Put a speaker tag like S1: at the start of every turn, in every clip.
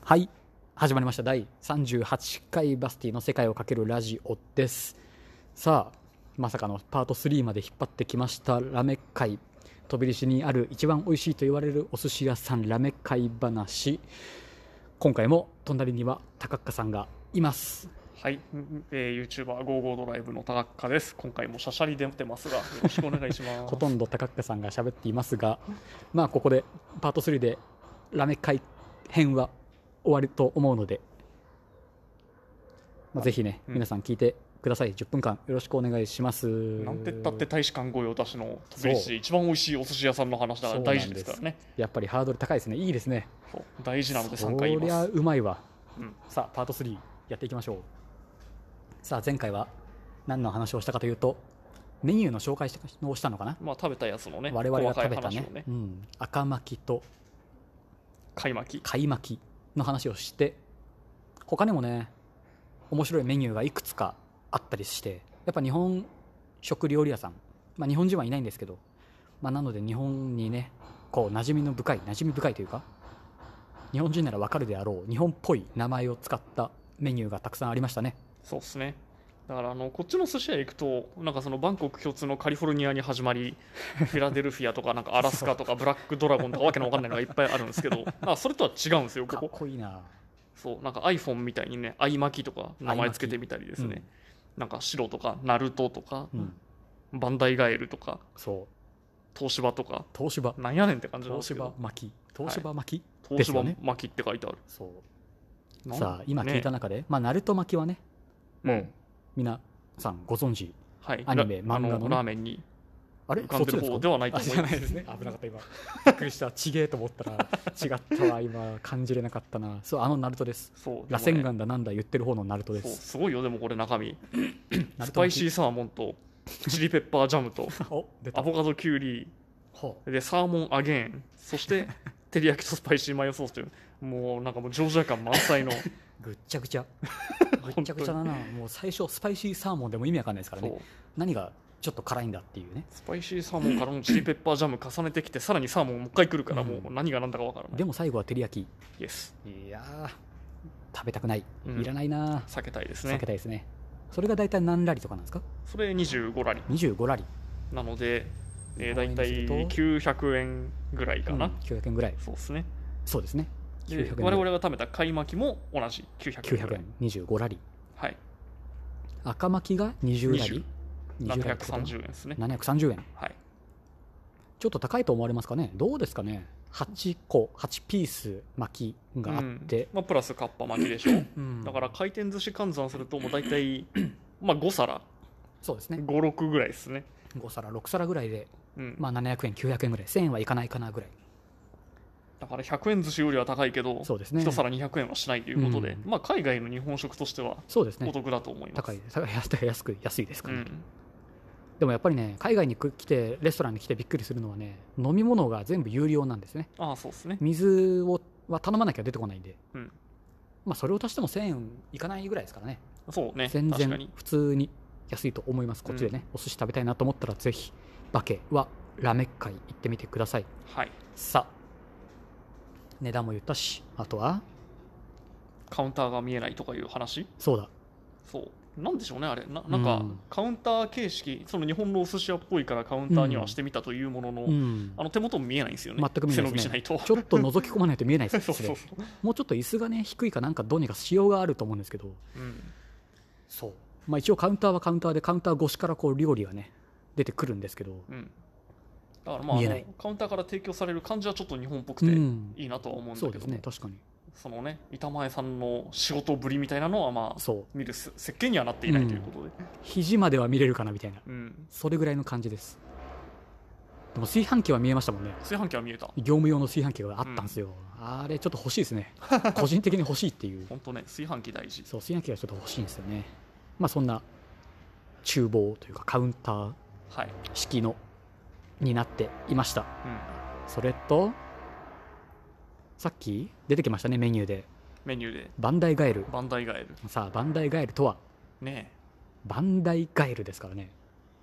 S1: はい、始まりました第38回バスティの世界をかけるラジオです。さあ、まさかのパート3まで引っ張ってきましたラメ会。飛び石にある一番美味しいと言われるお寿司屋さんラメ会話。今回も隣には高岡さんがいます。
S2: はい、YouTuber ゴーゴードライブの高岡です。今回もシャシャリ出てますが、よろしくお願いします。
S1: ほとんど高岡さんが喋っていますが、まあここでパート3でラメ会編は終わると思うので、ぜひね、皆さん聞いてください。10分間よろしくお願いします。
S2: なんてったって大使館御用達の飛び石で一番美味しいお寿司屋さんの話だから大事ですからね。
S1: やっぱりハードル高いですね。いいですね。
S2: そう大事なので3回言います。
S1: そりゃうまいわ、さあパート3やっていきましょう。さあ前回は何の話をしたかというと、メニューの紹介をしたのかな。
S2: まあ食べたやつのね、
S1: 我々が食べたね、
S2: 細かい話をね、
S1: 赤巻きと
S2: 貝巻き
S1: 貝巻きの話をして、他にもね面白いメニューがいくつかあったりして、やっぱ日本食料理屋さん、日本人はいないんですけど、なので日本にねこう馴染み深いというか、日本人なら分かるであろう日本っぽい名前を使ったメニューがたくさんありましたね。
S2: そうですね。だからこっちの寿司屋行くと、なんかそのバンコク共通のカリフォルニアに始まり、フィラデルフィアとかなんかアラスカとかブラックドラゴンとかわけのわかんないのがいっぱいあるんですけど、それとは違うんですよ。
S1: かっこいいな。
S2: そうなんか iPhone みたいにね、相巻きとか名前つけてみたりですね、なんか白とかナルトとか、バンダイガエルとか、
S1: そう
S2: 東芝とか、
S1: 東芝
S2: なんやねんって感じなんですけど、
S1: 東芝巻き、
S2: 東芝巻きって書いてある。
S1: そうさあ今聞いた中で、ナルト巻きはね、もう皆さんご存知、アニメ漫画の、ね、
S2: ラーメンに
S1: あれ
S2: 浮かんでる方ではないと思います。
S1: ですね。危なかった今。びっくりした。ちげえと思ったら違ったわ。今感じれなかったな。そう、ナルトです。
S2: そう、
S1: 螺旋丸だなんだ言ってる方のナルトです。
S2: すごいよ。でもこれ中身スパイシーサーモンとチリペッパージャムとアボカドキュウリでサーモンアゲーン、そして照り焼きとスパイシーマヨソースという、もうなんかもうジョージア感満載の
S1: ぐっちゃぐちゃぐっちゃぐちゃだな。もう最初スパイシーサーモンでも意味わかんないですからね。何がちょっと辛いんだっていうね。
S2: スパイシーサーモンからのチリペッパージャム重ねてきて、さらにサーモンもう一回来るから、もう何が何だかわからない。
S1: でも最後は照り焼き。
S2: イエス。
S1: いや食べたくない、いらないな。
S2: 避けたいですね。
S1: 避けたいですね。それが大体何ラリとかなんですか。
S2: それ25ラリ
S1: 25ラリ
S2: なので、大体900円ぐらいかな、
S1: 900円ぐらい。
S2: そうですね。
S1: そうですね。
S2: 我々が食べた貝巻きも同じ900
S1: 円、25ラリ。
S2: はい。
S1: 赤巻きが20ラリ、
S2: 730円ですね。
S1: 730円。
S2: はい。
S1: ちょっと高いと思われますかね。どうですかね。8ピース巻きがあって、
S2: プラスカッパ巻きでしょ、だから回転寿司換算するともう大体5皿、
S1: そうですね、
S2: 56ぐらいですね。
S1: 5皿6皿ぐらいで、700円900円ぐらい、1000円はいかないかなぐらい
S2: だから100円寿司よりは高いけど、
S1: そうですね、
S2: 1皿200円はしないということで、海外の日本食としてはお得だと思います。
S1: 高い、安いですからね。でもやっぱりね、海外に来てレストランに来てびっくりするのはね、飲み物が全部有料なんですね。
S2: そうですね。
S1: 水は頼まなきゃ出てこないんで、それを足しても1000円いかないぐらいですからね。
S2: そうね、
S1: 全然普通に安いと思います。こっちでね、お寿司食べたいなと思ったらぜひバケはラメ会行ってみてください。
S2: はい。
S1: さあ値段も言ったし、あとは
S2: カウンターが見えないとかいう話。
S1: そうだ、
S2: そうなんでしょうね、あれなんかカウンター形式、その日本のお寿司屋っぽいからカウンターにはしてみたというものの、手元も見えないんですよね。
S1: 全く見えないですね。
S2: 背伸びしないと
S1: ちょっと覗き込まないと見えないです
S2: そう
S1: もうちょっと椅子がね低いかなんかどうにかしようがあると思うんですけど、そう、一応カウンターはカウンターで、カウンター越しからこう料理がね出てくるんですけど、
S2: だから見えない。カウンターから提供される感じはちょっと日本っぽくていいなとは思うんだけど、
S1: そうですね、確かに
S2: そのね、板前さんの仕事ぶりみたいなのは見る設計にはなっていないということで、
S1: 肘までは見れるかなみたいな、それぐらいの感じです。でも炊飯器は見えましたもんね。
S2: 炊飯器は見えた。
S1: 業務用の炊飯器があったんですよ、あれちょっと欲しいですね個人的に欲しいっていう。
S2: 本当ね、炊飯器大事。
S1: そう、炊飯器がちょっと欲しいんですよね。そんな厨房というかカウンター式のになっていました。それとさっき出てきましたね、メニューでバンダイガエル。さあバンダイガエルとは
S2: ね、
S1: バンダイガエルですからね。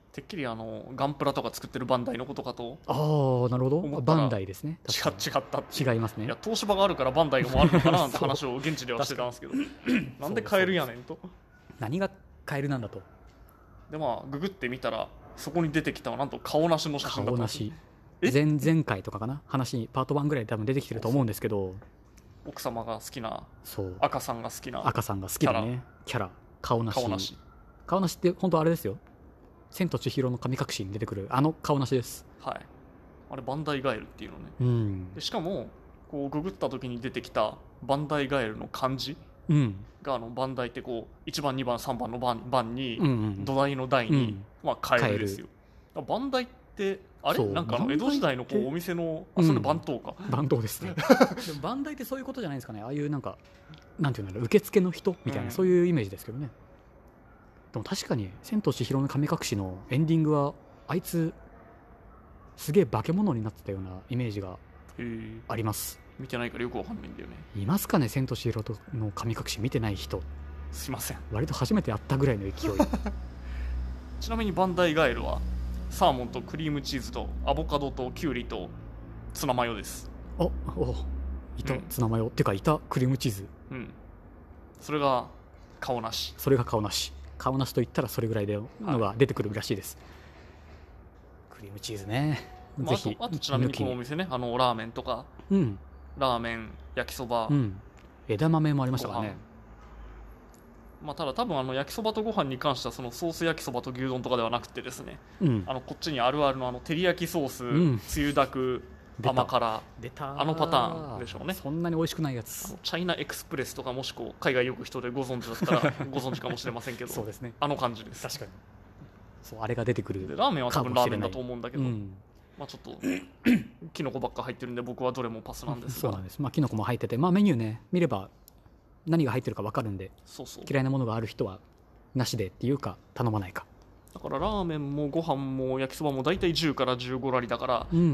S2: てっきりガンプラとか作ってるバンダイのことかと。
S1: ああ、なるほど。バンダイですね。
S2: 違った
S1: 違いますね。
S2: いや、東芝があるからバンダイもあるのかななんて話を現地ではしてたんですけどなんでカエルやねんと。
S1: 何がカエルなんだと。
S2: でググってみたらそこに出てきたのはなんと顔なしの写真だったんです。
S1: 顔なし。前回とかかな、話パート1ぐらいで多分出てきてると思うんですけど、
S2: 奥様が好きな、
S1: そう
S2: 赤さんが好きな
S1: ねキャラ、顔なしって本当あれですよ、千と千尋の神隠しに出てくる顔なしです。
S2: はい、あれバンダイガエルっていうのね、
S1: うん、
S2: でしかもこうググった時に出てきたバンダイガエルの漢字が、バンダイってこう1番2番3番の番に、土台の台に、カエルですよ。バンダイってあれなんか江戸時代のこうお店のそれ番頭か、
S1: 番頭ですねでもバンダイってそういうことじゃないですかね。ああいうなんていうんだろう、受付の人みたいな、そういうイメージですけどね。でも確かに「千と千尋の神隠し」のエンディングはあいつすげえ化け物になってたようなイメージがあります。
S2: 見てないからよくわかんないんだよね。
S1: いますかね、千と千尋の神隠し見てない人。
S2: すいません、
S1: 割と初めて会ったぐらいの勢い
S2: ちなみにバンダイガエルはサーモンとクリームチーズとアボカドとキュウリとツナマヨです。
S1: いたツナマヨ、ってかいたクリームチーズ、
S2: それが顔なし
S1: 顔なしと言ったらそれぐらいのが出てくるらしいです、クリームチーズね。ぜひ
S2: あとちなみにこのお店ね、ラーメンとか、ラーメン、焼きそば、
S1: 枝豆もありましたからね。
S2: ただ多分焼きそばとご飯に関してはそのソース焼きそばと牛丼とかではなくてですね、こっちにあるあるの照り焼きソース、つゆだく、甘辛、パターンでしょうね。
S1: そんなに美味しくないやつ、
S2: チャイナエクスプレスとか、もしくは海外よく人でご存知だったらご存知かもしれませんけど
S1: そうですね、
S2: 感じです。
S1: 確かにそう、あれが出てくる。
S2: でラーメンは多分ラーメンだと思うんだけど、ちょっとキノコばっか入ってるんで僕はどれもパスなんですが、
S1: そうなんです。キノコも入ってて、メニューね見れば何が入ってるか分かるんで、嫌いなものがある人はなしでっていうか頼まないか。
S2: だからラーメンもご飯も焼きそばも大体10から15ラリだから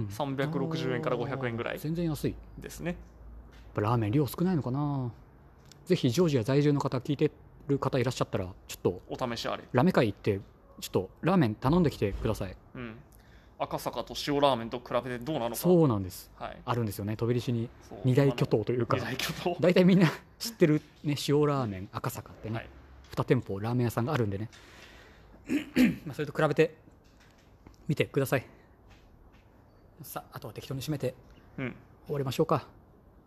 S2: 、360円から500円ぐらい、
S1: 全然安い
S2: ですね。
S1: ラーメン量少ないのかな。ぜひジョージア在住の方、聞いてる方いらっしゃったらちょっと
S2: お試しあれ、
S1: ラメ会行ってちょっとラーメン頼んできてください。
S2: 赤坂と塩ラーメンと比べてどうなのか。
S1: そうなんです、あるんですよね、飛び石に二大巨頭というか、
S2: 大
S1: 体みんな知ってる、ね、塩ラーメン赤坂ってね、2店舗ラーメン屋さんがあるんでねそれと比べてみてください。さあ、あとは適当に締めて終わりましょうか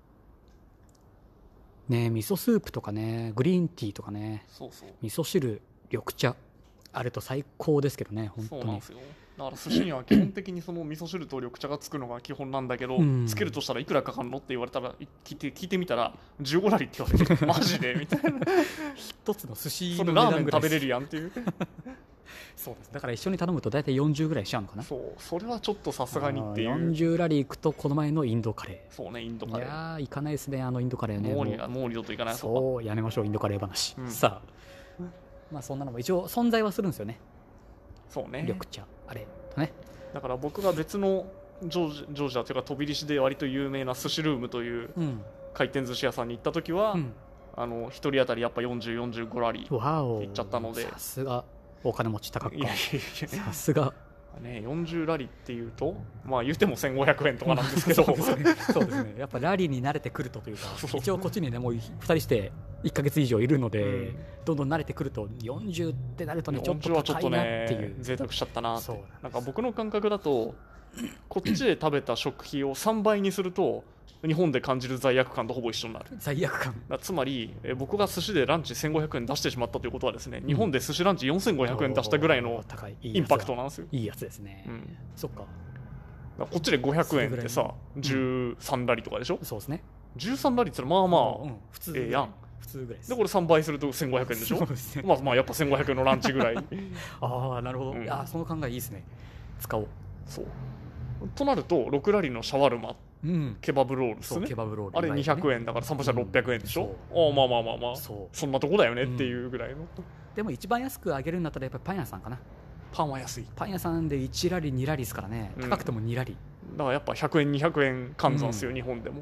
S1: ね。味噌スープとかね、グリーンティーとかね、味噌汁、緑茶あると最高ですけどね、本当に。そうなんですよ。
S2: だから寿司には基本的にその味噌汁と緑茶がつくのが基本なんだけど、つけるとしたらいくらかかるのって言われたら、聞いてみたら15ラリって言われてマジでみたいな
S1: 一つの寿司
S2: の値段ぐらい、それラーメン食べれるやんっていう
S1: そうです。だから一緒に頼むと大体40ぐらいしちゃうのかな。
S2: それはちょっとさすがにっていう。
S1: 40ラリーいくとこの前のインドカレー。
S2: そうね、インドカレー。
S1: いやー、行かないですね、インドカレーね。
S2: もう二度と行かない。
S1: そう、やめましょう、インドカレー話。さあ、そんなのも一応存在はするんですよね。
S2: そうね、
S1: 緑茶あれとね。
S2: だから僕が別のジョージアというか飛び石で割と有名な寿司ルームという回転寿司屋さんに行った時は、1人当たりやっぱ4045ラリー行っちゃったので、
S1: さすがお金持ち高くか。さすが
S2: ね、40ラリーっていうと言うても1500円とかなんですけど
S1: そうですね、やっぱラリーに慣れてくるというか、一応こっちにねもう2人して1ヶ月以上いるので、どんどん慣れてくると40ってなるとね、ちょっと高いなっていう、
S2: 贅沢しちゃったなって。なんか僕の感覚だとこっちで食べた食費を3倍にすると日本で感じる罪悪感とほぼ一緒になる。
S1: 罪悪感
S2: つまり僕が寿司でランチ1500円出してしまったということはですね、日本で寿司ランチ4500円出したぐらいのインパクトなんですよ。
S1: いいやつですね、そっか。
S2: こっちで500円ってさ13ラリとかでしょ。
S1: そうですね、
S2: 13ラリって言ったら普通やん。
S1: 普通ぐらいです。
S2: でこれ3倍すると1500円でしょ。やっぱ1500円のランチぐらい
S1: ああ、なるほど。いや、その考えいいですね、使おう。
S2: そうとなると6ラリのシャワルマ、ケバブロールですね。
S1: ケバブロール
S2: あれ200円だから3倍したら600円でしょ。そんなとこだよねっていうぐらいの。
S1: でも一番安くあげるんだったらやっぱりパン屋さんかな。
S2: パンは安い。
S1: パン屋さんで1ラリ2ラリですからね、高くても2ラリ。
S2: だからやっぱ100円200円換算ですよ、日本でも。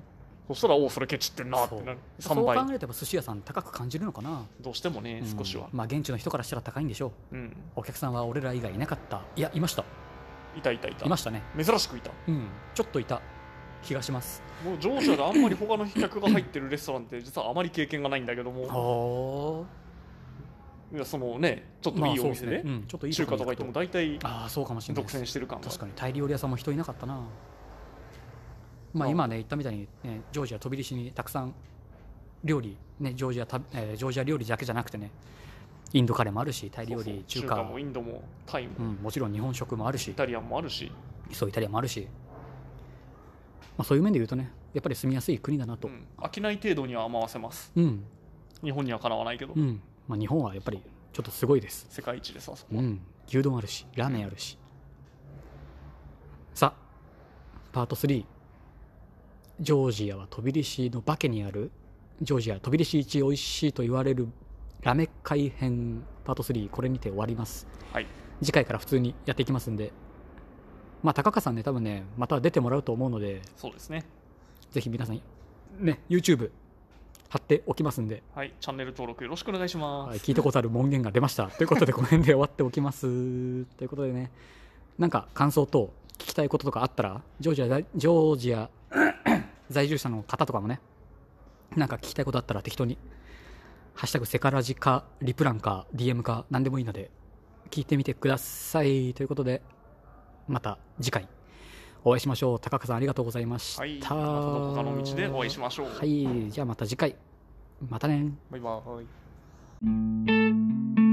S2: そしたらそれケチってんなってなる。
S1: そう考えれば寿司屋さん高く感じるのかな。
S2: どうしてもね、少しは。
S1: まあ現地の人からしたら高いんでしょう。お客さんは俺ら以外いなかった。いや、いました。いましたね。
S2: 珍しくいた。
S1: ちょっといた気がします。
S2: もうジョージアであんまり他の客が入ってるレストランって実はあまり経験がないんだけども、いやそのね、ちょっといいお店で中華とか行っても大体
S1: そうかもしれない。
S2: 独占してる感が。
S1: 確かにタイ料理屋さんも人いなかったな。まあ今ね言ったみたいにね、ジョージア飛び出しにたくさん料理ね、ジョージア料理だけじゃなくてね、インドカレーもあるし、タイ料理、中華
S2: もインドもタイも、
S1: もちろん日本食もあるし、
S2: イタリアンもあるし、
S1: そうイタリアンもあるし、まあそういう面で言うとね、やっぱり住みやすい国だなと。
S2: 飽きない程度には回せます。日本にはかなわないけど、
S1: まあ日本はやっぱりちょっとすごいです。
S2: 世界一でさ、そこは。
S1: 牛丼あるし、ラーメンあるし。さあパート3、ジョージアは飛び出しのバケにあるジョージア飛び出し一美味しいと言われるラメ海編パート3、これにて終わります。次回から普通にやっていきますんで、まあ高川さんね、多分ねまた出てもらうと思うので、
S2: そうですね、
S1: ぜひ皆さんね YouTube 貼っておきますんで、
S2: チャンネル登録よろしくお願いします。
S1: 聞いたことある門限が出ましたということでこの辺で終わっておきますということでね、なんか感想等聞きたいこととかあったら、ジョージア在住者の方とかもね、なんか聞きたいことあったら適当にハッシュタグセカラジかリプランか DM か何でもいいので聞いてみてくださいということで、また次回お会いしましょう。高川さんありがとうございました。
S2: またどこかの道でお会いしましょう。
S1: じゃあまた次回、またね。
S2: バイバイ。